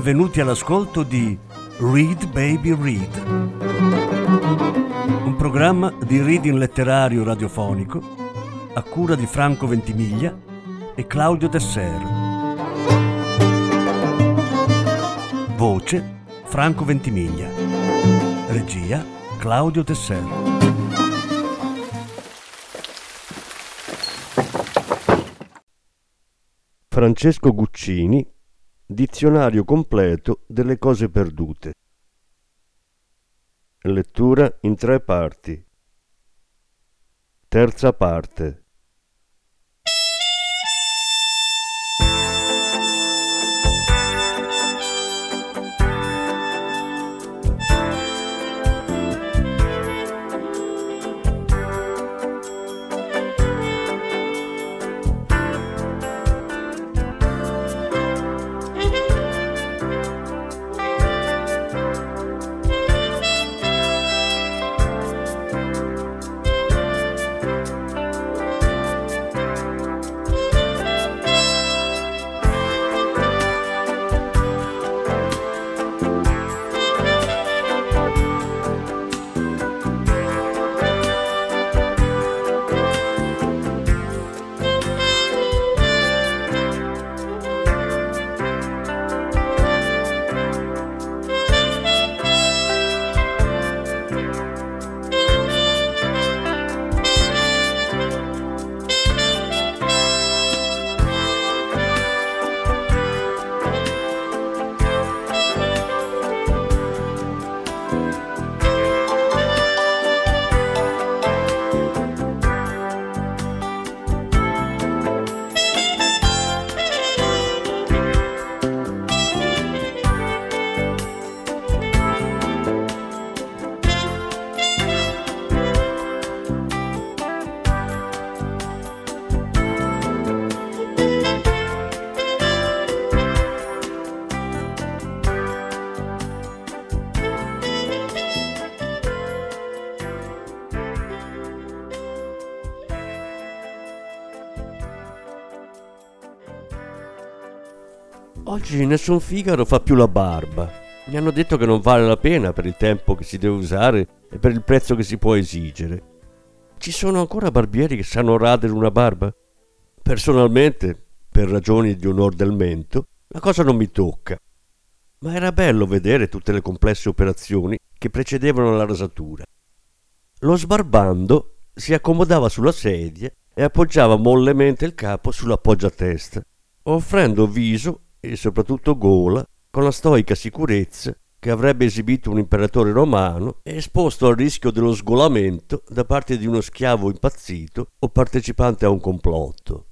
Benvenuti all'ascolto di Read Baby Read, un programma di reading letterario radiofonico a cura di Franco Ventimiglia e Claudio Desser. Voce Franco Ventimiglia. Regia Claudio Desser. Francesco Guccini, Dizionario completo delle cose perdute. Lettura in 3 parti. Terza parte. Oggi nessun Figaro fa più la barba. Mi hanno detto che non vale la pena per il tempo che si deve usare e per il prezzo che si può esigere. Ci sono ancora barbieri che sanno radere una barba? Personalmente, per ragioni di onor del mento, la cosa non mi tocca. Ma era bello vedere tutte le complesse operazioni che precedevano la rasatura. Lo sbarbando si accomodava sulla sedia e appoggiava mollemente il capo sull'appoggiatesta, offrendo viso e soprattutto gola con la stoica sicurezza che avrebbe esibito un imperatore romano esposto al rischio dello sgolamento da parte di uno schiavo impazzito o partecipante a un complotto.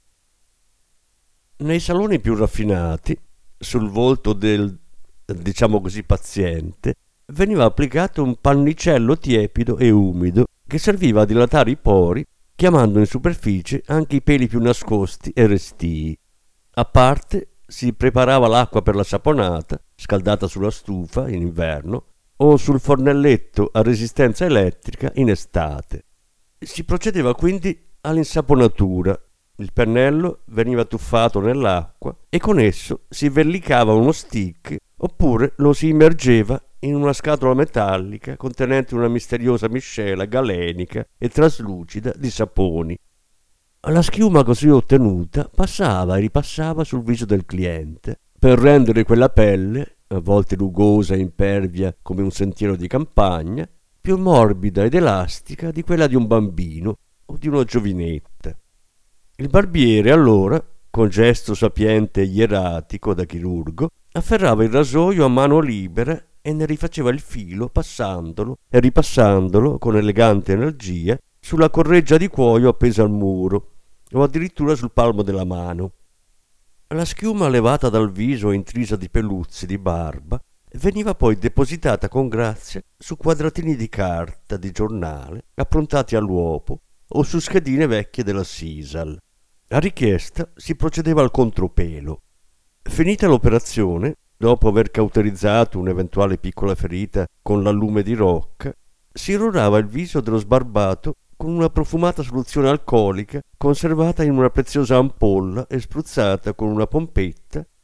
Nei saloni più raffinati, sul volto del, diciamo così, paziente, veniva applicato un pannicello tiepido e umido che serviva a dilatare i pori, chiamando in superficie anche i peli più nascosti e restii. A parte si preparava l'acqua per la saponata, scaldata sulla stufa in inverno o sul fornelletto a resistenza elettrica in estate. Si procedeva quindi all'insaponatura. Il pennello veniva tuffato nell'acqua e con esso si verlicava uno stick oppure lo si immergeva in una scatola metallica contenente una misteriosa miscela galenica e traslucida di saponi. La schiuma così ottenuta passava e ripassava sul viso del cliente per rendere quella pelle, a volte rugosa e impervia come un sentiero di campagna, più morbida ed elastica di quella di un bambino o di una giovinetta. Il barbiere allora, con gesto sapiente e ieratico da chirurgo, afferrava il rasoio a mano libera e ne rifaceva il filo passandolo e ripassandolo con elegante energia sulla correggia di cuoio appesa al muro o addirittura sul palmo della mano. La schiuma levata dal viso intrisa di peluzzi di barba veniva poi depositata con grazia su quadratini di carta di giornale approntati all'uopo o su schedine vecchie della Sisal. A richiesta si procedeva al contropelo. Finita l'operazione, dopo aver cauterizzato un'eventuale piccola ferita con l'allume di rocca, si irrorava il viso dello sbarbato con una profumata soluzione alcolica conservata in una preziosa ampolla e spruzzata con una pompetta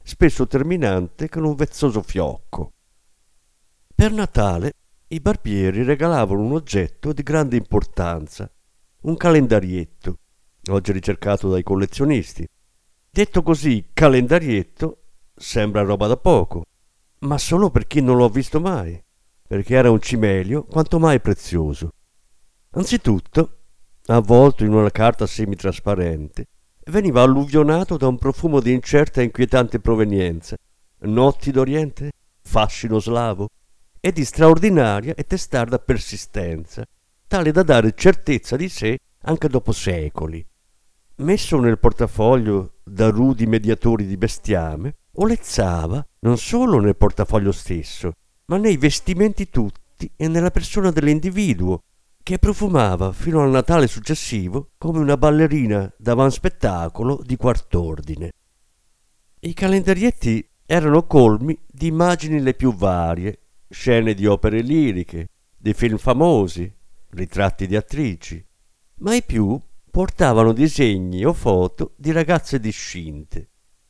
spesso terminante con un vezzoso fiocco. Per Natale i barbieri regalavano un oggetto di grande importanza, un calendarietto, oggi ricercato dai collezionisti. Detto così, calendarietto, sembra roba da poco, ma solo per chi non l'ho visto mai, perché era un cimelio quanto mai prezioso. Anzitutto, avvolto in una carta semitrasparente, veniva alluvionato da un profumo di incerta e inquietante provenienza, notti d'Oriente, fascino slavo, e di straordinaria e testarda persistenza, tale da dare certezza di sé anche dopo secoli. Messo nel portafoglio da rudi mediatori di bestiame, olezzava non solo nel portafoglio stesso, ma nei vestimenti tutti e nella persona dell'individuo, che profumava fino al Natale successivo come una ballerina d'avanspettacolo di quart'ordine. I calendarietti erano colmi di immagini le più varie, scene di opere liriche, di film famosi, ritratti di attrici, ma i più portavano disegni o foto di ragazze discinte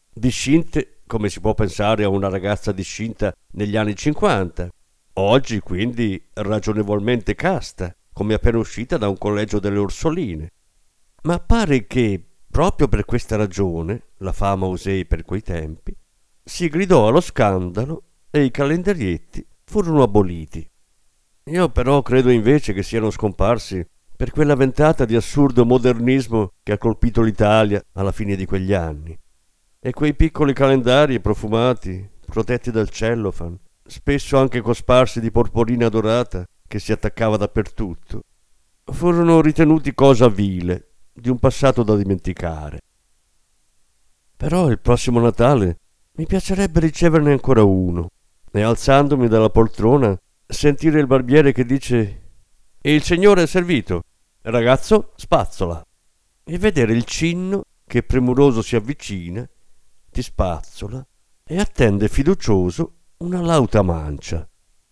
come si può pensare a una ragazza discinta negli anni 50, oggi quindi ragionevolmente casta, come appena uscita da un collegio delle Orsoline. Ma pare che, proprio per questa ragione, la fama usei per quei tempi, si gridò allo scandalo e i calendarietti furono aboliti. Io però credo invece che siano scomparsi per quella ventata di assurdo modernismo che ha colpito l'Italia alla fine di quegli anni. E quei piccoli calendari profumati, protetti dal cellophane, spesso anche cosparsi di porporina dorata che si attaccava dappertutto, furono ritenuti cosa vile, di un passato da dimenticare. Però il prossimo Natale mi piacerebbe riceverne ancora uno e, alzandomi dalla poltrona, sentire il barbiere che dice «Il signore è servito, ragazzo spazzola», e vedere il cinno che premuroso si avvicina, ti spazzola e attende fiducioso una lauta mancia.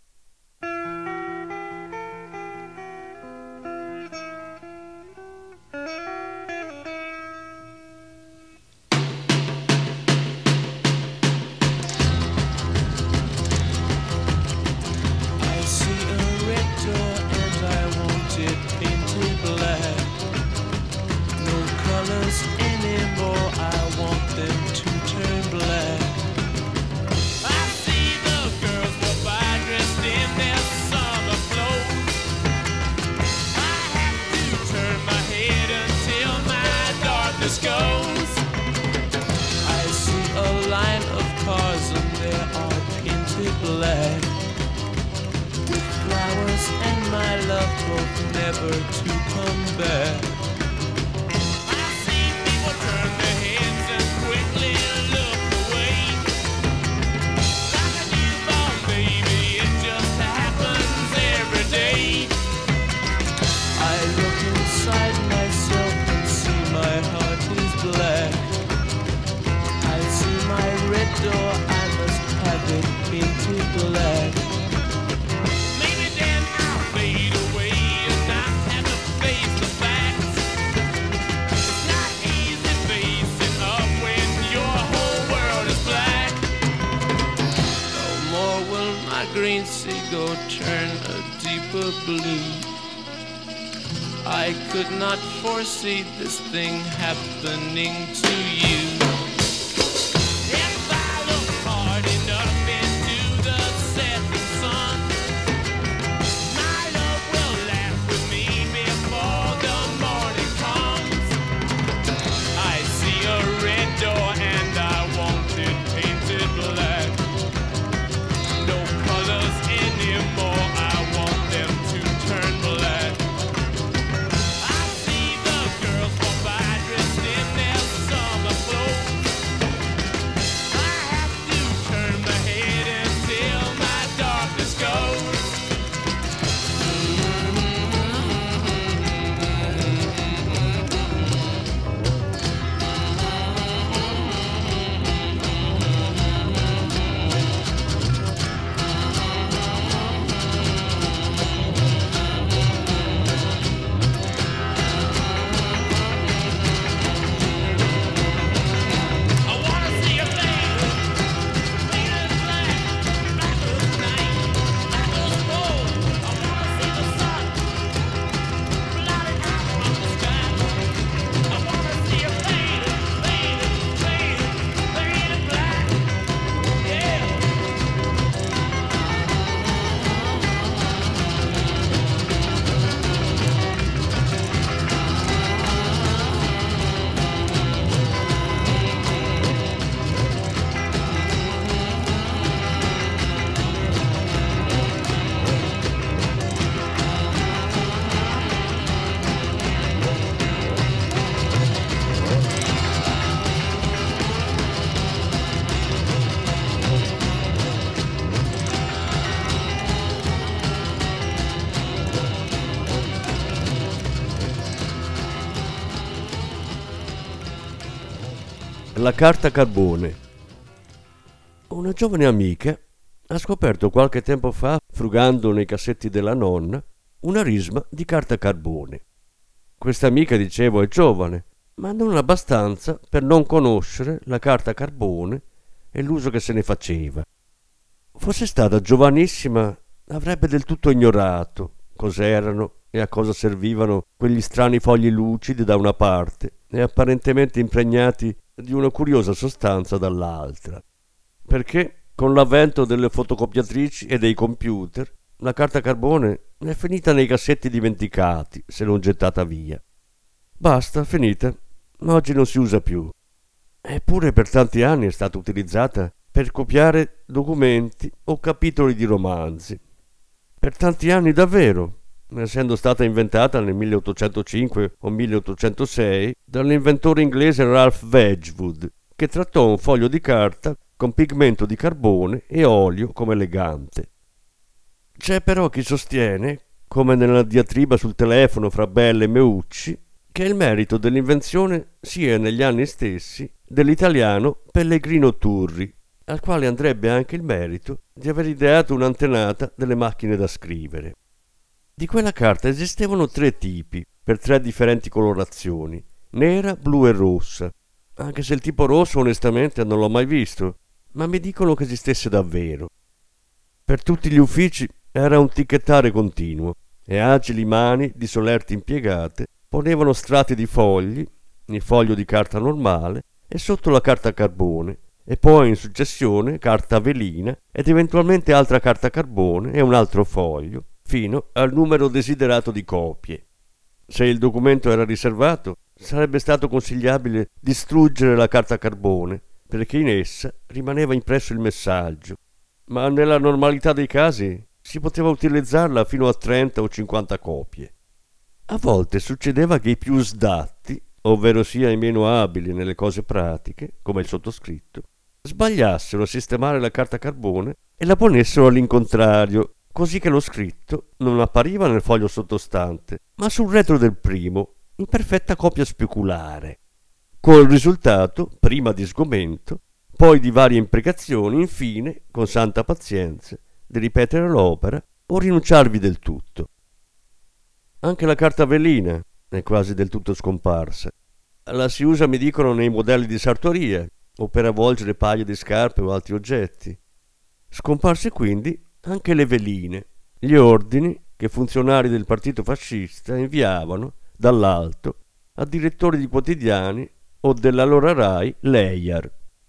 Never to come back. I see people turn their heads and quickly look away. Like a newborn baby, it just happens every day. I look inside myself and see my heart is black. I see my red door, I must have it painted black. Green seagull turn a deeper blue. I could not foresee this thing happening to you. If I look hard enough into the setting sun, my love will laugh with me before the morning comes. I see a red door and I want it painted black. Anymore, I want them to turn black. I see the girls walk by dressed in their summer clothes. La carta carbone. Una giovane amica ha scoperto qualche tempo fa, frugando nei cassetti della nonna, una risma di carta carbone. Questa amica, dicevo, è giovane, ma non abbastanza per non conoscere la carta carbone e l'uso che se ne faceva. Fosse stata giovanissima, avrebbe del tutto ignorato cos'erano e a cosa servivano quegli strani fogli lucidi da una parte e apparentemente impregnati di una curiosa sostanza dall'altra. Perché con l'avvento delle fotocopiatrici e dei computer, la carta carbone è finita nei cassetti dimenticati, se non gettata via. Basta, finita. Oggi non si usa più. Eppure per tanti anni è stata utilizzata per copiare documenti o capitoli di romanzi. Per tanti anni davvero, essendo stata inventata nel 1805 o 1806 dall'inventore inglese Ralph Wedgwood, che trattò un foglio di carta con pigmento di carbone e olio come legante. C'è però chi sostiene, come nella diatriba sul telefono fra Bell e Meucci, che il merito dell'invenzione sia negli anni stessi dell'italiano Pellegrino Turri, al quale andrebbe anche il merito di aver ideato un'antenata delle macchine da scrivere. Di quella carta esistevano 3 tipi, per 3 differenti colorazioni, nera, blu e rossa, anche se il tipo rosso onestamente non l'ho mai visto, ma mi dicono che esistesse davvero. Per tutti gli uffici era un ticchettare continuo e agili mani di solerti impiegate ponevano strati di fogli, il foglio di carta normale e sotto la carta carbone, e poi in successione carta velina ed eventualmente altra carta carbone e un altro foglio, fino al numero desiderato di copie. Se il documento era riservato, sarebbe stato consigliabile distruggere la carta carbone, perché in essa rimaneva impresso il messaggio, ma nella normalità dei casi si poteva utilizzarla fino a 30 o 50 copie. A volte succedeva che i più sdatti, ovvero sia i meno abili nelle cose pratiche, come il sottoscritto, sbagliassero a sistemare la carta carbone e la ponessero all'incontrario, così che lo scritto non appariva nel foglio sottostante, ma sul retro del primo, in perfetta copia speculare, col risultato, prima di sgomento, poi di varie imprecazioni, infine, con santa pazienza, di ripetere l'opera o rinunciarvi del tutto. Anche la carta velina è quasi del tutto scomparsa. La si usa, mi dicono, nei modelli di sartoria o per avvolgere paglie di scarpe o altri oggetti. Scomparse quindi anche le veline, gli ordini che funzionari del partito fascista inviavano dall'alto a direttori di quotidiani o dell'allora Rai l'EIAR.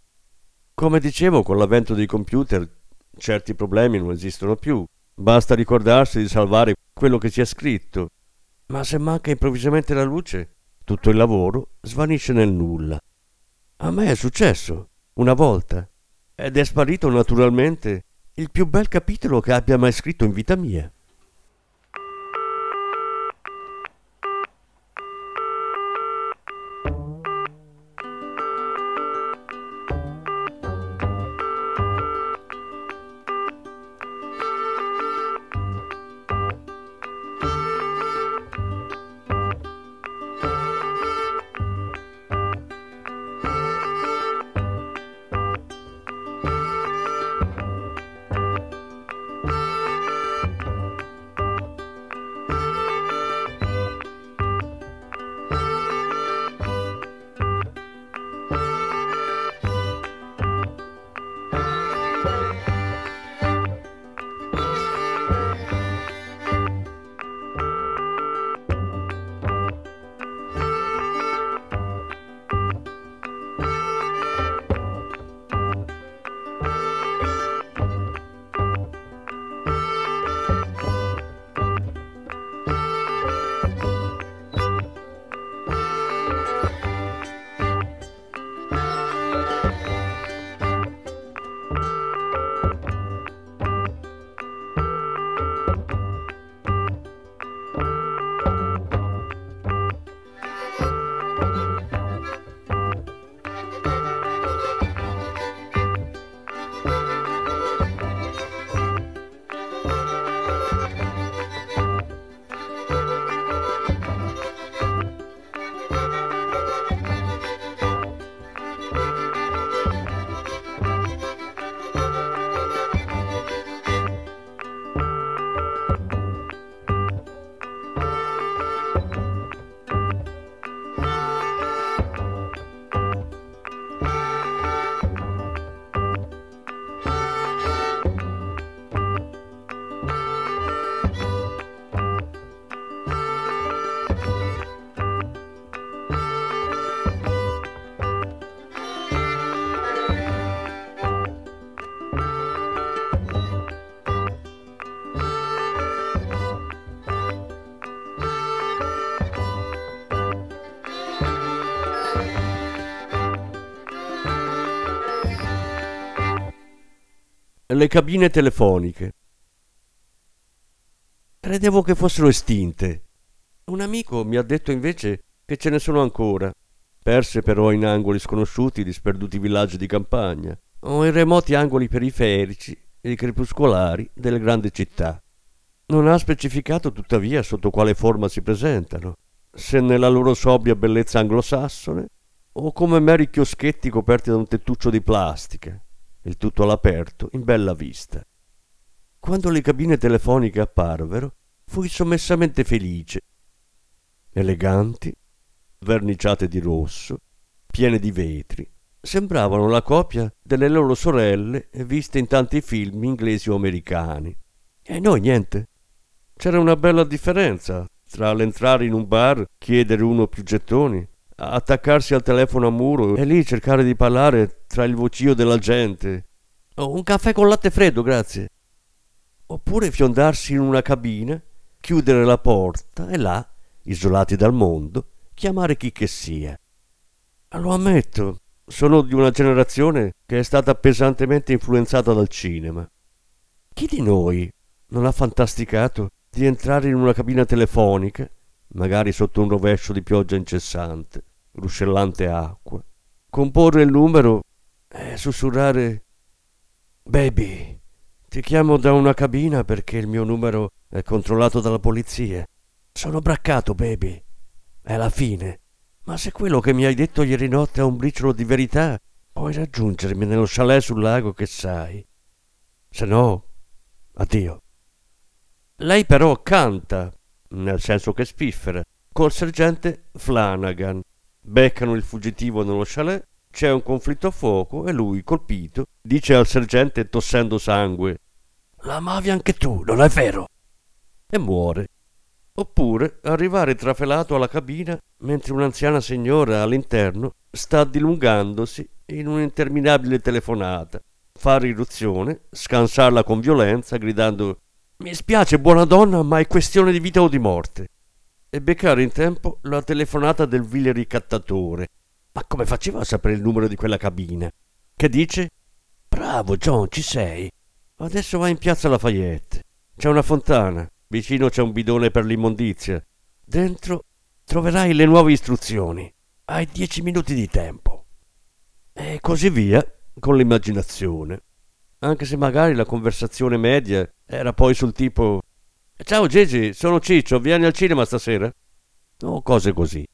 Come dicevo, con l'avvento dei computer certi problemi non esistono più. Basta ricordarsi di salvare quello che si è scritto. Ma se manca improvvisamente la luce, tutto il lavoro svanisce nel nulla. A me è successo, una volta, ed è sparito naturalmente il più bel capitolo che abbia mai scritto in vita mia. le cabine telefoniche. Credevo che fossero estinte. Un amico mi ha detto invece che ce ne sono ancora, perse però in angoli sconosciuti di sperduti villaggi di campagna o in remoti angoli periferici e crepuscolari delle grandi città. Non ha specificato tuttavia sotto quale forma si presentano, se nella loro sobria bellezza anglosassone o come meri chioschetti coperti da un tettuccio di plastica, il tutto all'aperto in bella vista. Quando le cabine telefoniche apparvero, fui sommessamente felice. Eleganti, verniciate di rosso, piene di vetri, sembravano la copia delle loro sorelle viste in tanti film inglesi o americani. E noi niente. C'era una bella differenza tra l'entrare in un bar, chiedere uno o più gettoni, attaccarsi al telefono a muro e lì cercare di parlare tra il vocio della gente. Oh, un caffè con latte freddo, grazie. Oppure fiondarsi in una cabina, chiudere la porta e là, isolati dal mondo, chiamare chi che sia. Lo ammetto, sono di una generazione che è stata pesantemente influenzata dal cinema. Chi di noi non ha fantasticato di entrare in una cabina telefonica, magari sotto un rovescio di pioggia incessante, ruscellante acqua, comporre il numero e sussurrare «Baby, ti chiamo da una cabina perché il mio numero è controllato dalla polizia. Sono braccato, baby. È la fine. Ma se quello che mi hai detto ieri notte ha un briciolo di verità, puoi raggiungermi nello chalet sul lago che sai. Se no, addio». Lei però canta, nel senso che spiffera, col sergente Flanagan. Beccano il fuggitivo nello chalet, c'è un conflitto a fuoco e lui, colpito, dice al sergente tossendo sangue «La amavi anche tu, non è vero?» e muore. Oppure arrivare trafelato alla cabina mentre un'anziana signora all'interno sta dilungandosi in un'interminabile telefonata, fare irruzione, scansarla con violenza gridando «Mi spiace buona donna, ma è questione di vita o di morte» e beccare in tempo la telefonata del vile ricattatore. Ma come faceva a sapere il numero di quella cabina? Che dice «Bravo John, ci sei. Adesso vai in piazza Lafayette. C'è una fontana. Vicino c'è un bidone per l'immondizia. Dentro troverai le nuove istruzioni. Hai 10 minuti di tempo». E così via, con l'immaginazione. Anche se magari la conversazione media era poi sul tipo «Ciao Gigi, sono Ciccio, vieni al cinema stasera?» o cose così.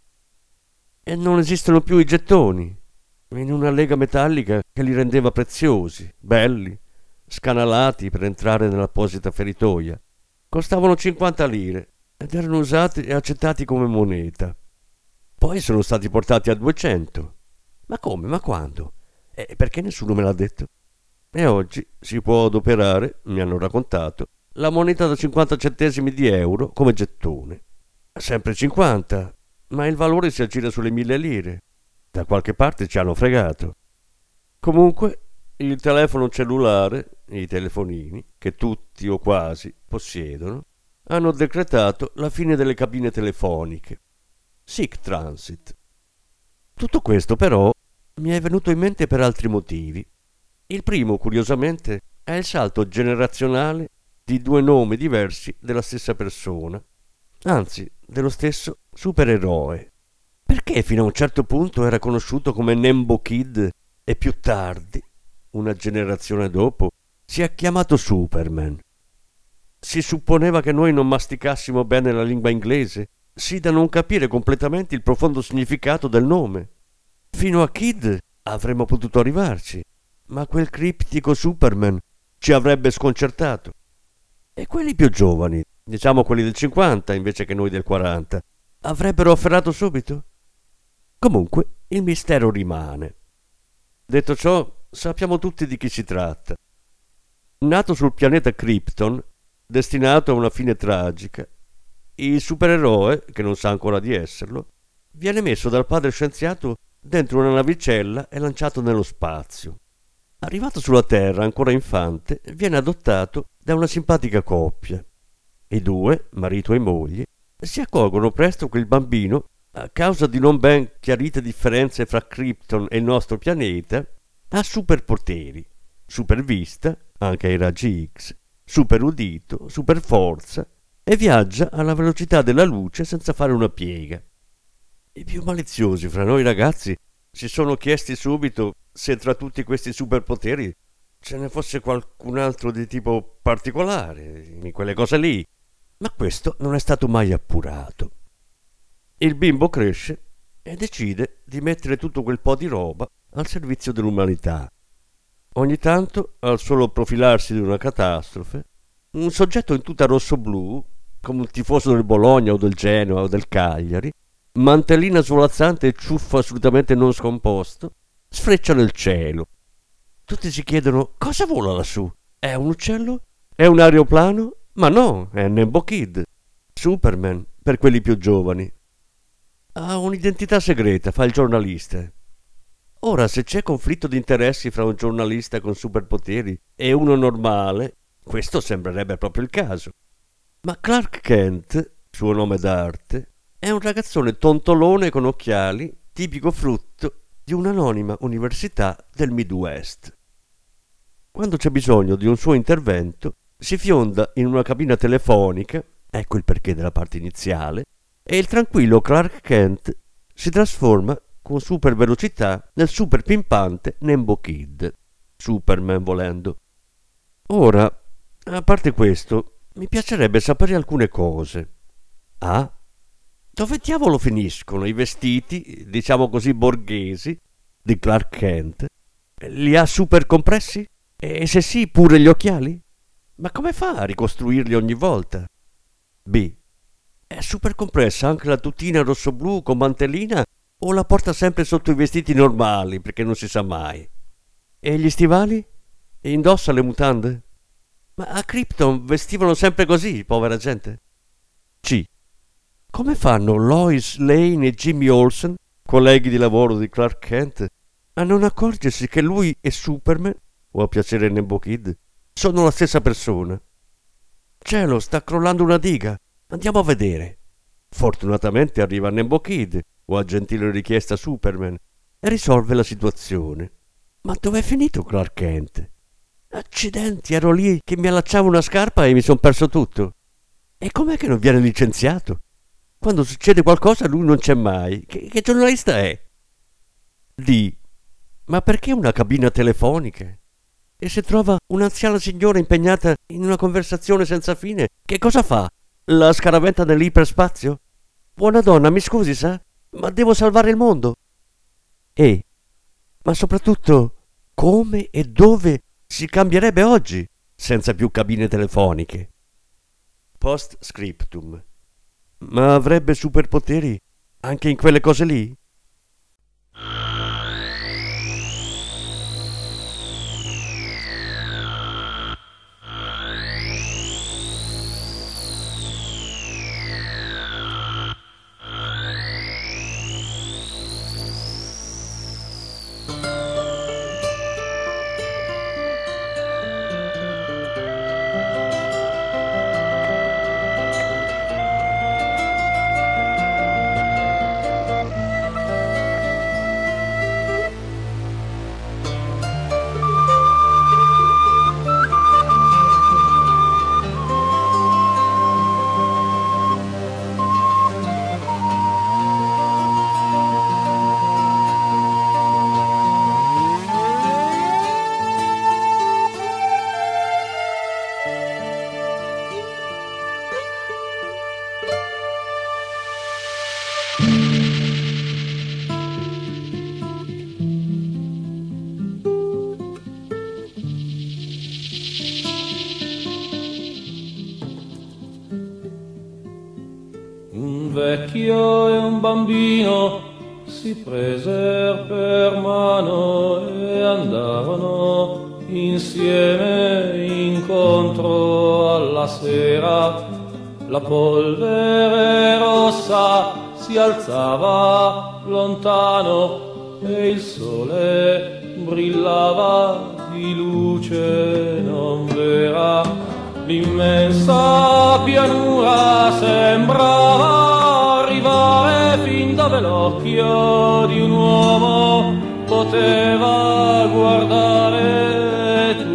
E non esistono più i gettoni, in una lega metallica che li rendeva preziosi, belli, scanalati per entrare nell'apposita feritoia. Costavano 50 lire ed erano usati e accettati come moneta. Poi sono stati portati a 200. Ma come? Ma quando? E perché nessuno me l'ha detto? E oggi si può adoperare, mi hanno raccontato, la moneta da 50 centesimi di euro come gettone. Sempre 50, ma il valore si aggira sulle 1000 lire. Da qualche parte ci hanno fregato. Comunque, il telefono cellulare, i telefonini, che tutti o quasi possiedono, hanno decretato la fine delle cabine telefoniche. Sic transit. Tutto questo, però, mi è venuto in mente per altri motivi. Il primo, curiosamente, è il salto generazionale di 2 nomi diversi della stessa persona, anzi, dello stesso supereroe. Perché fino a un certo punto era conosciuto come Nembo Kid e più tardi, una generazione dopo, si è chiamato Superman? Si supponeva che noi non masticassimo bene la lingua inglese, sì da non capire completamente il profondo significato del nome. Fino a Kid avremmo potuto arrivarci, ma quel criptico Superman ci avrebbe sconcertato. E quelli più giovani, diciamo quelli del 50 invece che noi del 40, avrebbero afferrato subito? Comunque, il mistero rimane. Detto ciò, sappiamo tutti di chi si tratta. Nato sul pianeta Krypton, destinato a una fine tragica, il supereroe, che non sa ancora di esserlo, viene messo dal padre scienziato dentro una navicella e lanciato nello spazio. Arrivato sulla Terra, ancora infante, viene adottato da una simpatica coppia. I due, marito e moglie, si accorgono presto che il bambino, a causa di non ben chiarite differenze fra Krypton e il nostro pianeta, ha superpoteri, super vista, anche ai raggi X, super udito, super forza, e viaggia alla velocità della luce senza fare una piega. I più maliziosi fra noi ragazzi si sono chiesti subito se tra tutti questi superpoteri ce ne fosse qualcun altro di tipo particolare, in quelle cose lì, ma questo non è stato mai appurato. Il bimbo cresce e decide di mettere tutto quel po' di roba al servizio dell'umanità. Ogni tanto, al solo profilarsi di una catastrofe, un soggetto in tuta rosso-blu, come un tifoso del Bologna o del Genoa o del Cagliari, mantellina svolazzante e ciuffo assolutamente non scomposto, sfreccia nel cielo. Tutti si chiedono: cosa vola lassù? È un uccello? È un aeroplano? Ma no, è Nembo Kid, Superman per quelli più giovani. Ha un'identità segreta, fa il giornalista. Ora, se c'è conflitto di interessi fra un giornalista con superpoteri e uno normale, questo sembrerebbe proprio il caso. Ma Clark Kent, suo nome d'arte, è un ragazzone tontolone con occhiali, tipico frutto di un'anonima università del Midwest. Quando c'è bisogno di un suo intervento, si fionda in una cabina telefonica, ecco il perché della parte iniziale, e il tranquillo Clark Kent si trasforma con super velocità nel super pimpante Nembo Kid, Superman volendo. Ora, a parte questo, mi piacerebbe sapere alcune cose. Ah? Dove diavolo finiscono i vestiti, diciamo così borghesi, di Clark Kent? Li ha super compressi? E se sì, pure gli occhiali? Ma come fa a ricostruirli ogni volta? B. È super compressa anche la tutina rosso-blu con mantellina o la porta sempre sotto i vestiti normali perché non si sa mai? E gli stivali? E indossa le mutande? Ma a Krypton vestivano sempre così, povera gente. C. Come fanno Lois Lane e Jimmy Olsen, colleghi di lavoro di Clark Kent, a non accorgersi che lui e Superman, o a piacere Nembo Kid, sono la stessa persona? Cielo, sta crollando una diga. Andiamo a vedere. Fortunatamente arriva Nembo Kid, o a gentile richiesta Superman, e risolve la situazione. Ma dov'è finito Clark Kent? Accidenti, ero lì che mi allacciavo una scarpa e mi son perso tutto. E com'è che non viene licenziato? Quando succede qualcosa lui non c'è mai. Che giornalista è? D. Ma perché una cabina telefonica? E se trova un'anziana signora impegnata in una conversazione senza fine, che cosa fa? La scaraventa nell'iperspazio? Buona donna, mi scusi, sa? Ma devo salvare il mondo. E. Ma soprattutto, come e dove si cambierebbe oggi senza più cabine telefoniche? Post scriptum. Ma avrebbe superpoteri anche in quelle cose lì? Un vecchio e un bambino si preser per mano e andavano insieme incontro alla sera. La polvere rossa si alzava lontano e il sole brillava di luce non vera. L'immensa pianura sembrava arrivare fin dove l'occhio di un uomo poteva guardare.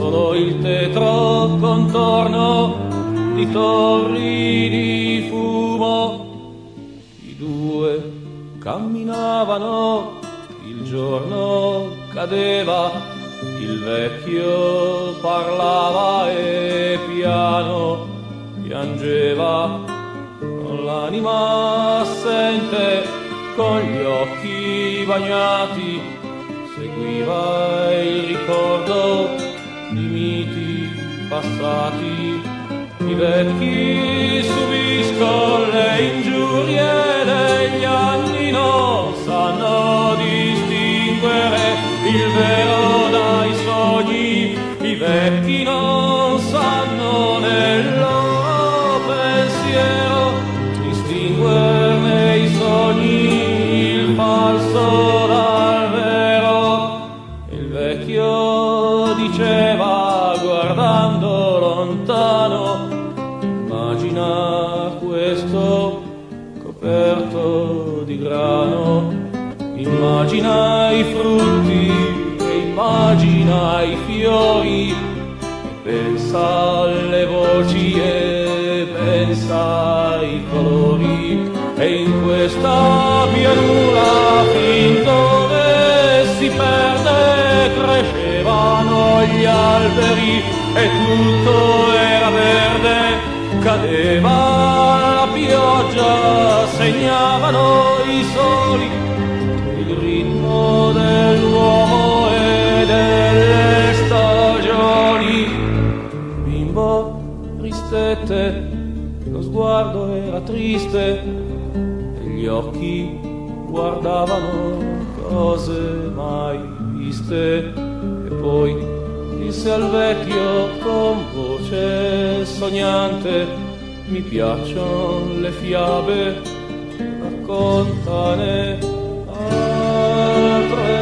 solo il tetro contorno di torri di fumo. I due camminavano, il giorno cadeva, il vecchio parlava e piano piangeva, con l'anima assente, con gli occhi bagnati, seguiva il ricordo di miti passati. I vecchi subiscono le ingiurie degli anni, non sanno distinguere il vero dai sogni. I vecchi non sanno nel loro pensiero distinguerne i sogni, il falso dal vero. Il vecchio diceva guardando lontano: immagina questo coperto di grano, immagina i frutti e immagina i fiori, e pensa alle voci e pensa ai colori. E in questa pianura fin dove si perde crescevano gli alberi e tutto era verde. Cadeva la pioggia, segnavano i soli il ritmo dell'uomo e delle stagioni. Bimbo ristette, lo sguardo era triste e gli occhi guardavano cose mai viste. E poi disse al vecchio con voce sognante: mi piacciono le fiabe, raccontane altre.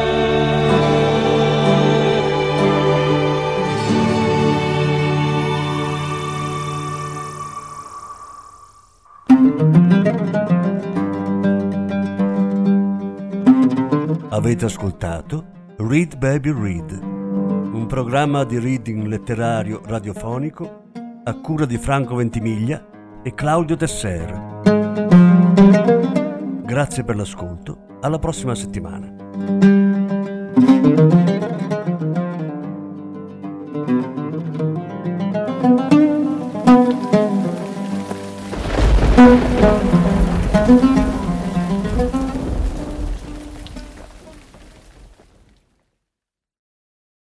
Avete ascoltato Read Baby Read, un programma di reading letterario radiofonico a cura di Franco Ventimiglia e Claudio Tesser. Grazie per l'ascolto, alla prossima settimana.